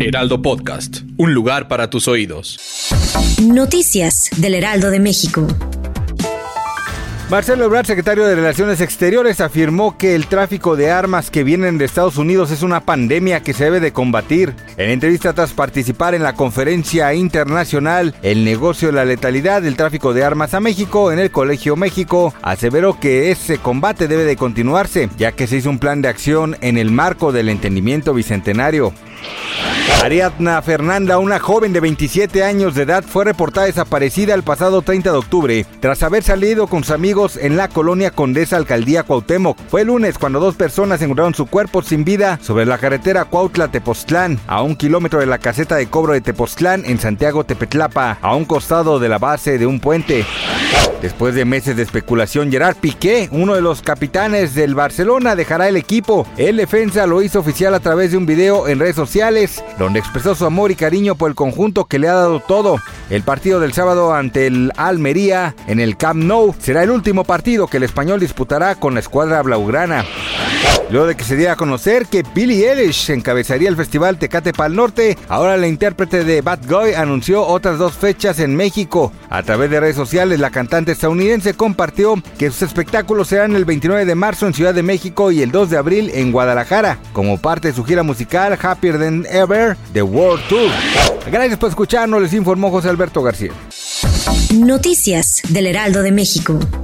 Heraldo Podcast, un lugar para tus oídos. Noticias del Heraldo de México. Marcelo Ebrard, secretario de Relaciones Exteriores, afirmó que el tráfico de armas que vienen de Estados Unidos es una pandemia que se debe de combatir. En entrevista tras participar en la conferencia internacional El negocio de la letalidad del tráfico de armas a México en el Colegio México, aseveró que ese combate debe de continuarse, ya que se hizo un plan de acción en el marco del entendimiento bicentenario. Ariadna Fernanda, una joven de 27 años de edad, fue reportada desaparecida el pasado 30 de octubre, tras haber salido con sus amigos en la colonia Condesa, alcaldía Cuauhtémoc. Fue el lunes cuando dos personas encontraron su cuerpo sin vida sobre la carretera Cuautla-Tepoztlán, a 1 kilómetro de la caseta de cobro de Tepoztlán en Santiago Tepetlapa, a un costado de la base de un puente. Después de meses de especulación, Gerard Piqué, uno de los capitanes del Barcelona, dejará el equipo. El defensa lo hizo oficial a través de un video en redes sociales, donde expresó su amor y cariño por el conjunto que le ha dado todo. El partido del sábado ante el Almería en el Camp Nou será el último partido que el español disputará con la escuadra blaugrana. Luego de que se diera a conocer que Billie Eilish encabezaría el festival Tecate Pal Norte, ahora la intérprete de Bad Guy anunció otras 2 fechas en México. A través de redes sociales, la cantante estadounidense compartió que sus espectáculos serán el 29 de marzo en Ciudad de México y el 2 de abril en Guadalajara, como parte de su gira musical Happier Than Ever, The World Tour. Gracias por escucharnos, les informó José Alberto García. Noticias del Heraldo de México.